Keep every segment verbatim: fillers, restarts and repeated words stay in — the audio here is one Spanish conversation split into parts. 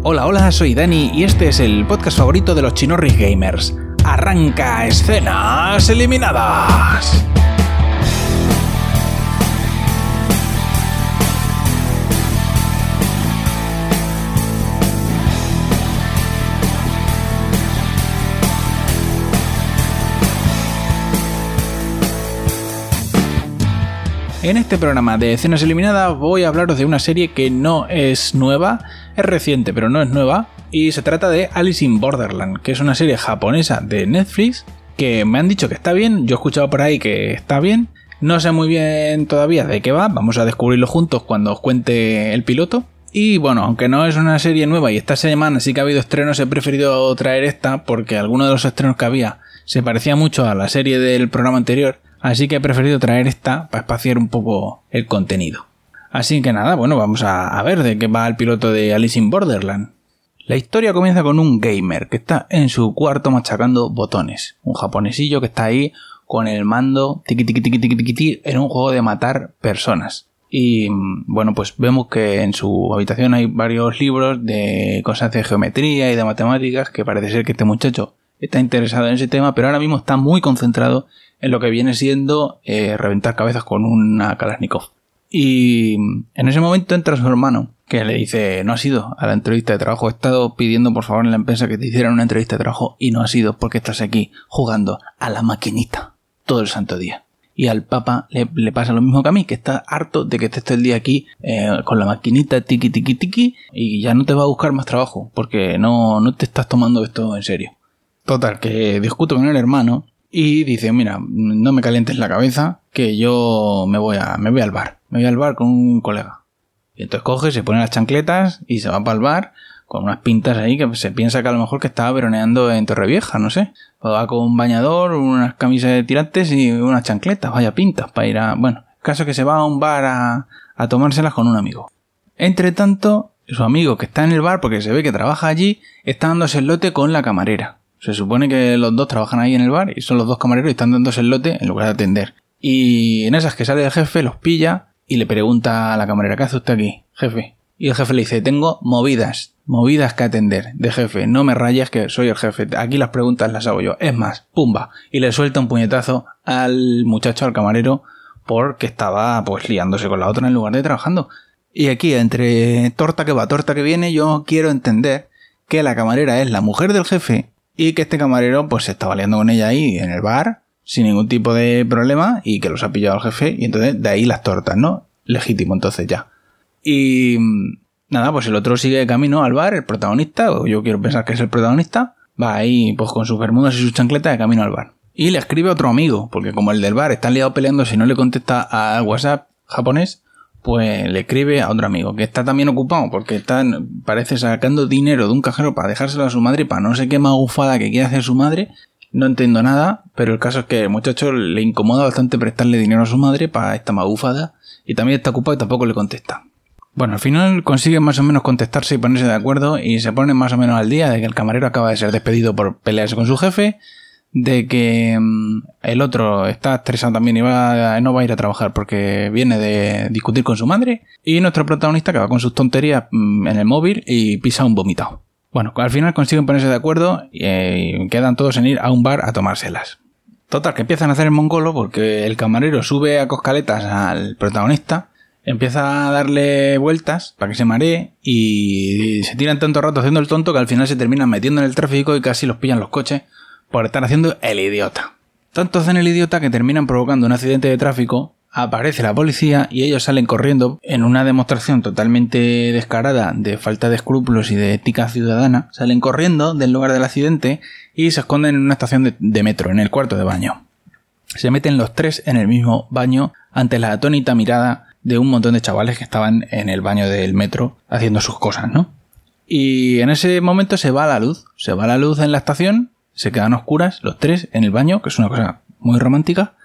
Hola, hola, soy Dani y este es el podcast favorito de los chinorris gamers. ¡Arranca Escenas Eliminadas! En este programa de Escenas Eliminadas voy a hablaros de una serie que no es nueva, es reciente pero no es nueva, y se trata de Alice in Borderland, que es una serie japonesa de Netflix que me han dicho que está bien, yo he escuchado por ahí que está bien, no sé muy bien todavía de qué va, vamos a descubrirlo juntos cuando os cuente el piloto. Y bueno, aunque no es una serie nueva y esta semana sí que ha habido estrenos, he preferido traer esta porque alguno de los estrenos que había se parecía mucho a la serie del programa anterior. Así que he preferido traer esta para espaciar un poco el contenido. Así que nada, bueno, vamos a, a ver de qué va el piloto de Alice in Borderland. La historia comienza con un gamer que está en su cuarto machacando botones. Un japonesillo que está ahí con el mando tiqui tiqui tiqui tiqui tiqui en un juego de matar personas. Y bueno, pues vemos que en su habitación hay varios libros de cosas de geometría y de matemáticas, que parece ser que este muchacho está interesado en ese tema, pero ahora mismo está muy concentrado en lo que viene siendo eh, reventar cabezas con una Kalashnikov. Y en ese momento entra su hermano, que le dice: no has ido a la entrevista de trabajo, he estado pidiendo por favor en la empresa que te hicieran una entrevista de trabajo y no has ido porque estás aquí jugando a la maquinita todo el santo día. Y al papa le, le pasa lo mismo que a mí, que está harto de que estés todo el día aquí eh, con la maquinita tiqui tiqui tiqui y ya no te va a buscar más trabajo porque no, no te estás tomando esto en serio. Total, que discuto con el hermano y dice: mira, no me calientes la cabeza, que yo me voy a me voy al bar. Me voy al bar con un colega. Y entonces coge, se pone las chancletas y se va para el bar con unas pintas ahí que se piensa que a lo mejor que estaba veroneando en Torrevieja, no sé. O va con un bañador, unas camisas de tirantes y unas chancletas, vaya pintas para ir a... Bueno, el caso es que se va a un bar a, a tomárselas con un amigo. Entre tanto, su amigo que está en el bar, porque se ve que trabaja allí, está dándose el lote con la camarera. Se supone que los dos trabajan ahí en el bar y son los dos camareros y están dándose el lote en lugar de atender. Y en esas que sale el jefe, los pilla y le pregunta a la camarera: ¿qué hace usted aquí, jefe? Y el jefe le dice: tengo movidas, movidas que atender, de jefe, no me rayes que soy el jefe, aquí las preguntas las hago yo. Es más, pumba, y le suelta un puñetazo al muchacho, al camarero, porque estaba pues liándose con la otra en lugar de trabajando. Y aquí, entre torta que va, torta que viene, yo quiero entender que la camarera es la mujer del jefe y que este camarero pues se estaba liando con ella ahí en el bar sin ningún tipo de problema y que los ha pillado el jefe y entonces de ahí las tortas, ¿no? Legítimo entonces ya. Y nada, pues el otro sigue de camino al bar, el protagonista, o yo quiero pensar que es el protagonista, va ahí pues con sus bermudas y sus chancletas de camino al bar. Y le escribe a otro amigo, porque como el del bar está liado peleando, si no le contesta al WhatsApp japonés, pues le escribe a otro amigo, que está también ocupado, porque está, parece, sacando dinero de un cajero para dejárselo a su madre, para no sé qué magufada que quiere hacer su madre. No entiendo nada, pero el caso es que el muchacho le incomoda bastante prestarle dinero a su madre para esta magufada, y también está ocupado y tampoco le contesta. Bueno, al final consiguen más o menos contestarse y ponerse de acuerdo, y se ponen más o menos al día de que el camarero acaba de ser despedido por pelearse con su jefe, de que mmm, el otro está estresado también y va, no va a ir a trabajar porque viene de discutir con su madre, y nuestro protagonista que va con sus tonterías mmm, en el móvil y pisa un vomitado. Bueno, al final consiguen ponerse de acuerdo y eh, quedan todos en ir a un bar a tomárselas. Total, que empiezan a hacer el mongolo porque el camarero sube a coscaletas al protagonista, empieza a darle vueltas para que se maree y se tiran tanto rato haciendo el tonto que al final se terminan metiendo en el tráfico y casi los pillan los coches por estar haciendo el idiota. Tanto hacen el idiota que terminan provocando un accidente de tráfico, aparece la policía y ellos salen corriendo en una demostración totalmente descarada de falta de escrúpulos y de ética ciudadana. Salen corriendo del lugar del accidente y se esconden en una estación de, de metro, en el cuarto de baño. Se meten los tres en el mismo baño ante la atónita mirada de un montón de chavales que estaban en el baño del metro haciendo sus cosas, ¿no? Y en ese momento se va la luz, se va la luz en la estación, se quedan oscuras los tres en el baño, que es una cosa muy romántica,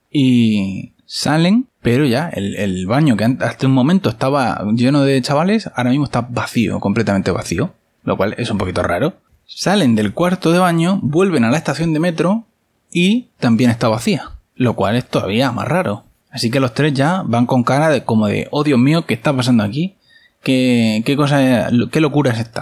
y salen, pero ya el, el baño que hasta un momento estaba lleno de chavales, ahora mismo está vacío, completamente vacío, lo cual es un poquito raro. Salen del cuarto de baño, vuelven a la estación de metro y también está vacía, lo cual es todavía más raro. Así que los tres ya van con cara de como de: oh Dios mío, ¿qué está pasando aquí? ¿Qué, qué cosa, qué locura es esta?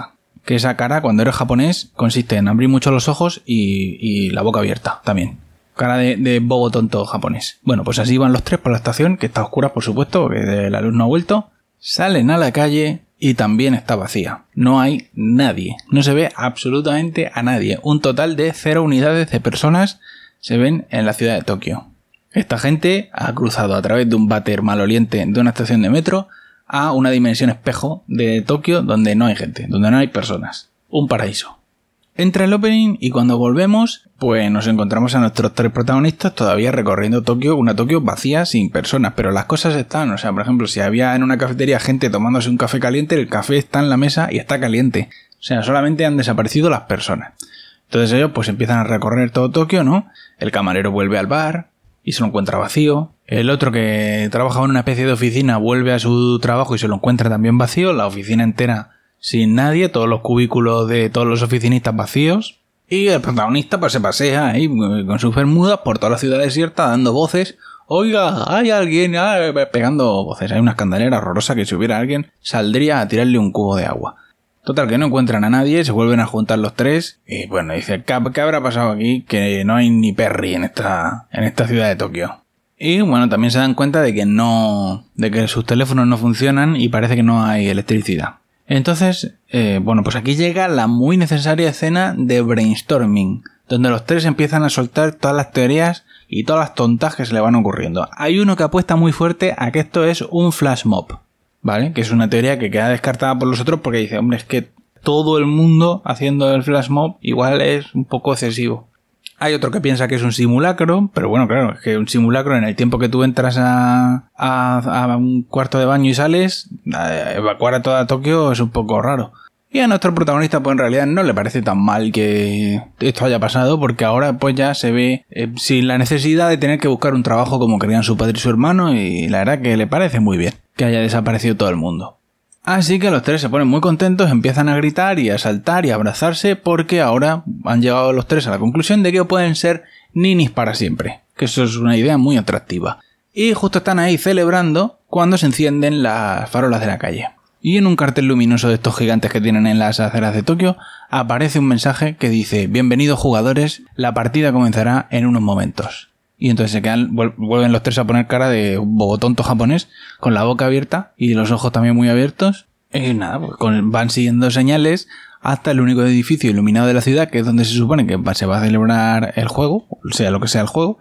que esa cara cuando eres japonés consiste en abrir mucho los ojos y, y la boca abierta también. Cara de, de bobo tonto japonés. Bueno, pues así van los tres por la estación, que está a oscuras por supuesto, porque la luz no ha vuelto. Salen a la calle y también está vacía. No hay nadie. No se ve absolutamente a nadie. Un total de cero unidades de personas se ven en la ciudad de Tokio. Esta gente ha cruzado a través de un váter maloliente de una estación de metro a una dimensión espejo de Tokio donde no hay gente, donde no hay personas. Un paraíso. Entra el opening y cuando volvemos, pues nos encontramos a nuestros tres protagonistas todavía recorriendo Tokio, una Tokio vacía sin personas, pero las cosas están, o sea, por ejemplo, si había en una cafetería gente tomándose un café caliente, el café está en la mesa y está caliente. O sea, solamente han desaparecido las personas. Entonces ellos pues empiezan a recorrer todo Tokio, ¿no? El camarero vuelve al bar y se lo encuentra vacío. El otro que trabajaba en una especie de oficina vuelve a su trabajo y se lo encuentra también vacío. La oficina entera sin nadie, todos los cubículos de todos los oficinistas vacíos. Y el protagonista pues se pasea ahí con sus bermudas por toda la ciudad desierta dando voces. Oiga, hay alguien, ah, pegando voces. Hay una escandalera horrorosa que si hubiera alguien saldría a tirarle un cubo de agua. Total, que no encuentran a nadie, se vuelven a juntar los tres y bueno, dice, ¿qué, qué habrá pasado aquí? Que no hay ni Perry en esta, en esta ciudad de Tokio. Y bueno, también se dan cuenta de que no, de que sus teléfonos no funcionan y parece que no hay electricidad. Entonces, eh, bueno, pues aquí llega la muy necesaria escena de brainstorming, donde los tres empiezan a soltar todas las teorías y todas las tontas que se le van ocurriendo. Hay uno que apuesta muy fuerte a que esto es un flash mob, ¿vale? Que es una teoría que queda descartada por los otros porque dice, hombre, es que todo el mundo haciendo el flash mob igual es un poco excesivo. Hay otro que piensa que es un simulacro, pero bueno, claro, es que un simulacro en el tiempo que tú entras a, a, a un cuarto de baño y sales, a evacuar a toda Tokio es un poco raro. Y a nuestro protagonista pues en realidad no le parece tan mal que esto haya pasado porque ahora pues ya se ve eh, sin la necesidad de tener que buscar un trabajo como querían su padre y su hermano y la verdad que le parece muy bien que haya desaparecido todo el mundo. Así que los tres se ponen muy contentos, empiezan a gritar y a saltar y a abrazarse porque ahora han llegado los tres a la conclusión de que pueden ser ninis para siempre, que eso es una idea muy atractiva. Y justo están ahí celebrando cuando se encienden las farolas de la calle. Y en un cartel luminoso de estos gigantes que tienen en las aceras de Tokio aparece un mensaje que dice «Bienvenidos jugadores, la partida comenzará en unos momentos». Y entonces se quedan, vuelven los tres a poner cara de bobotonto japonés, con la boca abierta y los ojos también muy abiertos. Y nada, pues con, van siguiendo señales hasta el único edificio iluminado de la ciudad, que es donde se supone que se va a celebrar el juego, sea lo que sea el juego.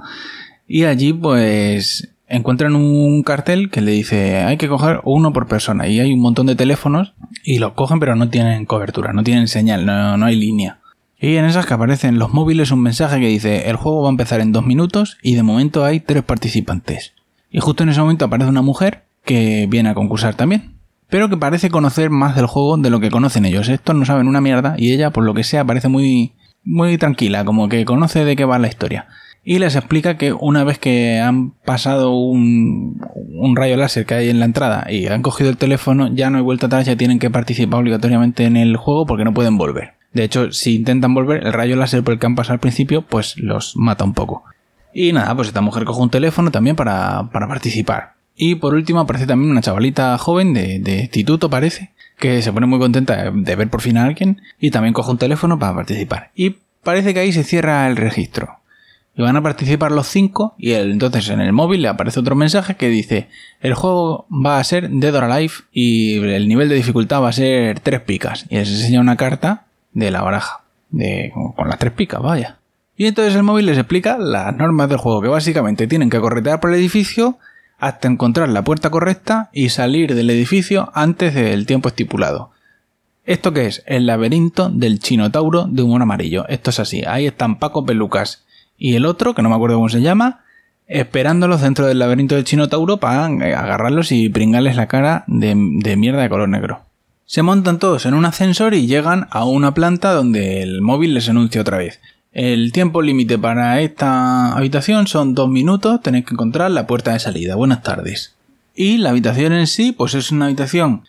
Y allí pues encuentran un cartel que le dice hay que coger uno por persona. Y hay un montón de teléfonos y los cogen pero no tienen cobertura, no tienen señal, no, no hay línea. Y en esas que aparecen los móviles un mensaje que dice el juego va a empezar en dos minutos y de momento hay tres participantes. Y justo en ese momento aparece una mujer que viene a concursar también, pero que parece conocer más del juego de lo que conocen ellos. Estos no saben una mierda y ella, por lo que sea, parece muy, muy tranquila, como que conoce de qué va la historia. Y les explica que una vez que han pasado un, un rayo láser que hay en la entrada y han cogido el teléfono, ya no hay vuelta atrás, ya tienen que participar obligatoriamente en el juego porque no pueden volver. De hecho, si intentan volver, el rayo láser por el que han pasado al principio, pues los mata un poco. Y nada, pues esta mujer coge un teléfono también para, para participar. Y por último aparece también una chavalita joven de, de instituto, parece, que se pone muy contenta de ver por fin a alguien y también coge un teléfono para participar. Y parece que ahí se cierra el registro. Y van a participar los cinco y el, entonces en el móvil le aparece otro mensaje que dice el juego va a ser Dead or Alive y el nivel de dificultad va a ser tres picas. Y les enseña una carta de la baraja, de, con las tres picas, vaya. Y entonces el móvil les explica las normas del juego, que básicamente tienen que corretear por el edificio hasta encontrar la puerta correcta y salir del edificio antes del tiempo estipulado. ¿Esto qué es? El laberinto del Chinotauro de humor amarillo. Esto es así, ahí están Paco Pelucas y el otro, que no me acuerdo cómo se llama, esperándolos dentro del laberinto del Chinotauro para agarrarlos y pringarles la cara de, de mierda de color negro. Se montan todos en un ascensor y llegan a una planta donde el móvil les anuncia otra vez. El tiempo límite para esta habitación son dos minutos, tenéis que encontrar la puerta de salida. Buenas tardes. Y la habitación en sí, pues es una habitación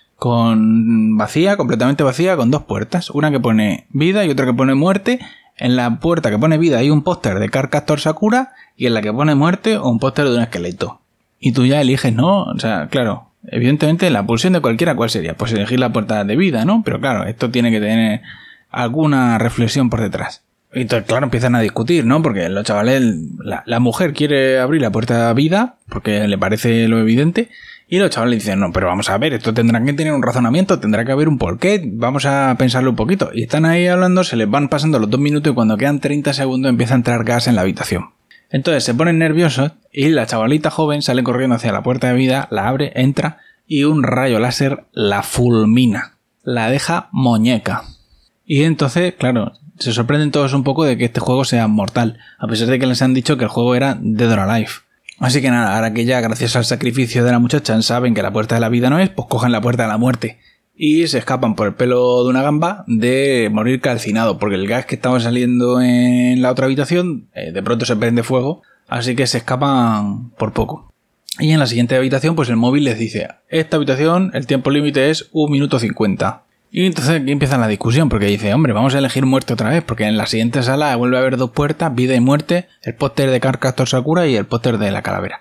con vacía, completamente vacía, con dos puertas. Una que pone vida y otra que pone muerte. En la puerta que pone vida hay un póster de Card Captor Sakura y en la que pone muerte un póster de un esqueleto. Y tú ya eliges, ¿no? O sea, claro... Evidentemente la pulsión de cualquiera, ¿cuál sería? Pues elegir la puerta de vida, ¿no? Pero claro, esto tiene que tener alguna reflexión por detrás. Y entonces, claro, empiezan a discutir, ¿no? Porque los chavales, la, la mujer quiere abrir la puerta de vida porque le parece lo evidente. Y los chavales dicen, no, pero vamos a ver, esto tendrá que tener un razonamiento, tendrá que haber un porqué, vamos a pensarlo un poquito. Y están ahí hablando, se les van pasando los dos minutos y cuando quedan treinta segundos empieza a entrar gas en la habitación. Entonces se ponen nerviosos y la chavalita joven sale corriendo hacia la puerta de vida, la abre, entra y un rayo láser la fulmina, la deja muñeca. Y entonces, claro, se sorprenden todos un poco de que este juego sea mortal, a pesar de que les han dicho que el juego era Dead or Alive. Así que nada, ahora que ya gracias al sacrificio de la muchacha saben que la puerta de la vida no es, pues cogen la puerta de la muerte y se escapan por el pelo de una gamba de morir calcinado, porque el gas que estaba saliendo en la otra habitación eh, de pronto se prende fuego, así que se escapan por poco. Y en la siguiente habitación pues el móvil les dice, esta habitación el tiempo límite es un minuto cincuenta. Y entonces aquí empieza la discusión, porque dice, hombre, vamos a elegir muerte otra vez, porque en la siguiente sala vuelve a haber dos puertas, vida y muerte, el póster de Card Captor Sakura y el póster de la calavera.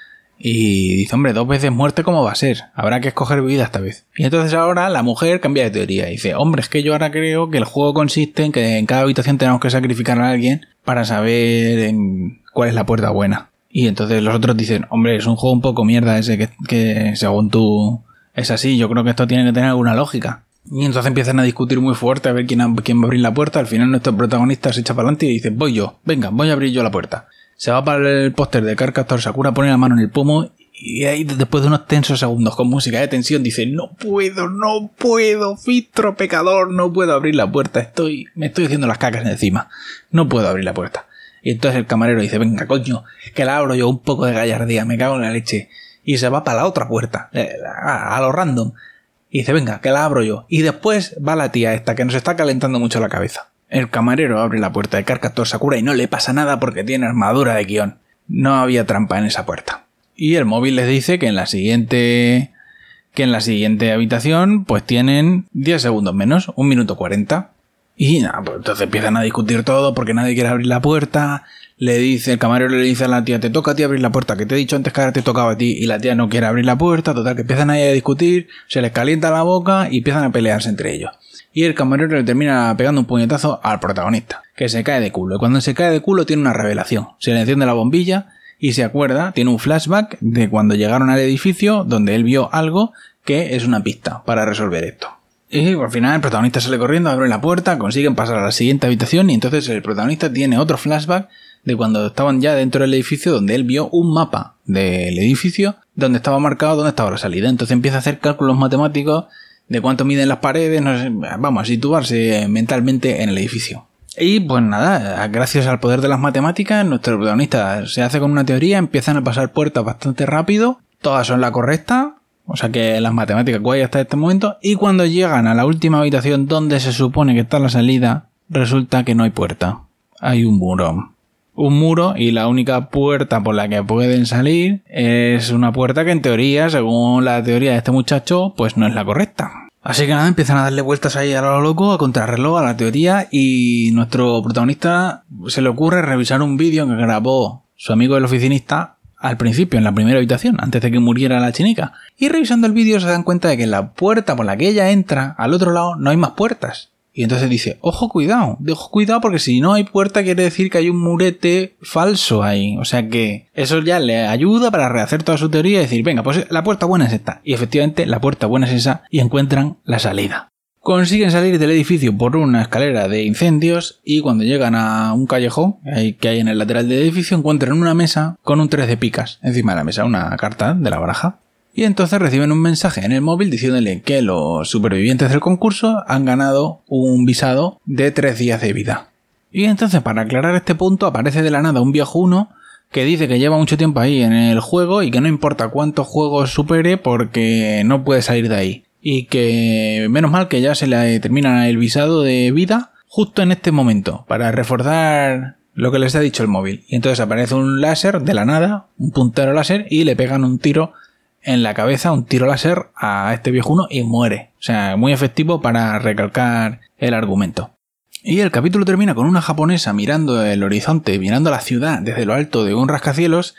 Y dice, hombre, dos veces muerte, ¿cómo va a ser? Habrá que escoger vida esta vez. Y entonces ahora la mujer cambia de teoría. Y dice, hombre, es que yo ahora creo que el juego consiste en que en cada habitación tenemos que sacrificar a alguien para saber en cuál es la puerta buena. Y entonces los otros dicen, hombre, es un juego un poco mierda ese que, que según tú es así. Yo creo que esto tiene que tener alguna lógica. Y entonces empiezan a discutir muy fuerte a ver quién, quién va a abrir la puerta. Al final nuestro protagonista se echa para adelante y dice, voy yo, venga, voy a abrir yo la puerta. Se va para el póster de Card Captor Sakura, pone la mano en el pomo y ahí después de unos tensos segundos con música de tensión dice, no puedo, no puedo, filtro pecador, no puedo abrir la puerta, estoy, me estoy haciendo las cacas encima, no puedo abrir la puerta. Y entonces el camarero dice, venga coño, que la abro yo, un poco de gallardía, me cago en la leche. Y se va para la otra puerta, a lo random. Y dice, venga, que la abro yo. Y después va la tía esta, que nos está calentando mucho la cabeza. El camarero abre la puerta de Card Captor Sakura y no le pasa nada porque tiene armadura de Kion. No había trampa en esa puerta. Y el móvil les dice que en la siguiente... que en la siguiente habitación pues tienen diez segundos menos, un minuto cuarenta. Y nada, pues entonces empiezan a discutir todo porque nadie quiere abrir la puerta. Le dice, el camarero le dice a la tía, te toca a ti abrir la puerta, que te he dicho antes que ahora te tocaba a ti. Y la tía no quiere abrir la puerta, total, que empiezan ahí a discutir, se les calienta la boca y empiezan a pelearse entre ellos. Y el camarero le termina pegando un puñetazo al protagonista, que se cae de culo. Y cuando se cae de culo tiene una revelación. Se le enciende la bombilla y se acuerda, tiene un flashback de cuando llegaron al edificio donde él vio algo que es una pista para resolver esto. Y al final el protagonista sale corriendo, abre la puerta, consiguen pasar a la siguiente habitación y entonces el protagonista tiene otro flashback de cuando estaban ya dentro del edificio, donde él vio un mapa del edificio donde estaba marcado dónde estaba la salida. Entonces empieza a hacer cálculos matemáticos de cuánto miden las paredes, no sé, vamos a situarse mentalmente en el edificio. Y pues nada, gracias al poder de las matemáticas, nuestro protagonista se hace con una teoría, empiezan a pasar puertas bastante rápido, todas son la correcta, o sea que las matemáticas guay hasta este momento, y cuando llegan a la última habitación donde se supone que está la salida, resulta que no hay puerta, hay un muro. Un muro y la única puerta por la que pueden salir es una puerta que en teoría, según la teoría de este muchacho, pues no es la correcta. Así que nada, empiezan a darle vueltas ahí a lo loco, a contrarreloj, a la teoría, y nuestro protagonista se le ocurre revisar un vídeo que grabó su amigo el oficinista al principio, en la primera habitación, antes de que muriera la chinica. Y revisando el vídeo se dan cuenta de que en la puerta por la que ella entra, al otro lado, no hay más puertas. Y entonces dice, ojo cuidado, ojo cuidado porque si no hay puerta quiere decir que hay un murete falso ahí. O sea que eso ya le ayuda para rehacer toda su teoría y decir, venga, pues la puerta buena es esta. Y efectivamente la puerta buena es esa y encuentran la salida. Consiguen salir del edificio por una escalera de incendios y cuando llegan a un callejón que hay en el lateral del edificio encuentran una mesa con un tres de picas encima de la mesa, una carta de la baraja. Y entonces reciben un mensaje en el móvil diciéndole que los supervivientes del concurso han ganado un visado de tres días de vida. Y entonces para aclarar este punto aparece de la nada un viejuno que dice que lleva mucho tiempo ahí en el juego y que no importa cuántos juegos supere porque no puede salir de ahí. Y que menos mal que ya se le termina el visado de vida justo en este momento para reforzar lo que les ha dicho el móvil. Y entonces aparece un láser de la nada, un puntero láser y le pegan un tiro en la cabeza, un tiro láser a este viejuno y muere. O sea, muy efectivo para recalcar el argumento. Y el capítulo termina con una japonesa mirando el horizonte, mirando la ciudad desde lo alto de un rascacielos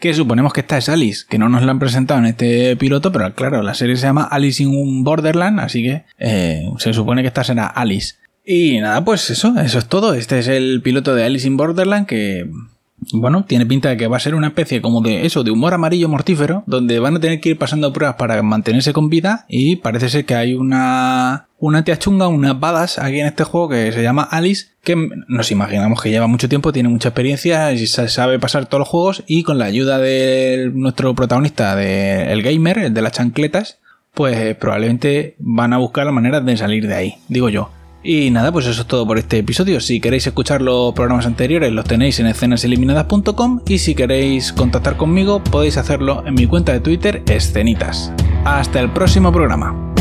que suponemos que esta es Alice, que no nos la han presentado en este piloto, pero claro, la serie se llama Alice in Borderland, así que eh, se supone que esta será Alice. Y nada, pues eso, eso es todo. Este es el piloto de Alice in Borderland que, bueno, tiene pinta de que va a ser una especie como de eso, de humor amarillo mortífero, donde van a tener que ir pasando pruebas para mantenerse con vida y parece ser que hay una, una tía chunga, una badass aquí en este juego que se llama Alice, que nos imaginamos que lleva mucho tiempo, tiene mucha experiencia y sabe pasar todos los juegos y con la ayuda de nuestro protagonista, de el gamer, el de las chancletas, pues probablemente van a buscar la manera de salir de ahí, digo yo. Y nada, pues eso es todo por este episodio. Si queréis escuchar los programas anteriores los tenéis en escenas eliminadas punto com y si queréis contactar conmigo podéis hacerlo en mi cuenta de Twitter Escenitas. Hasta el próximo programa.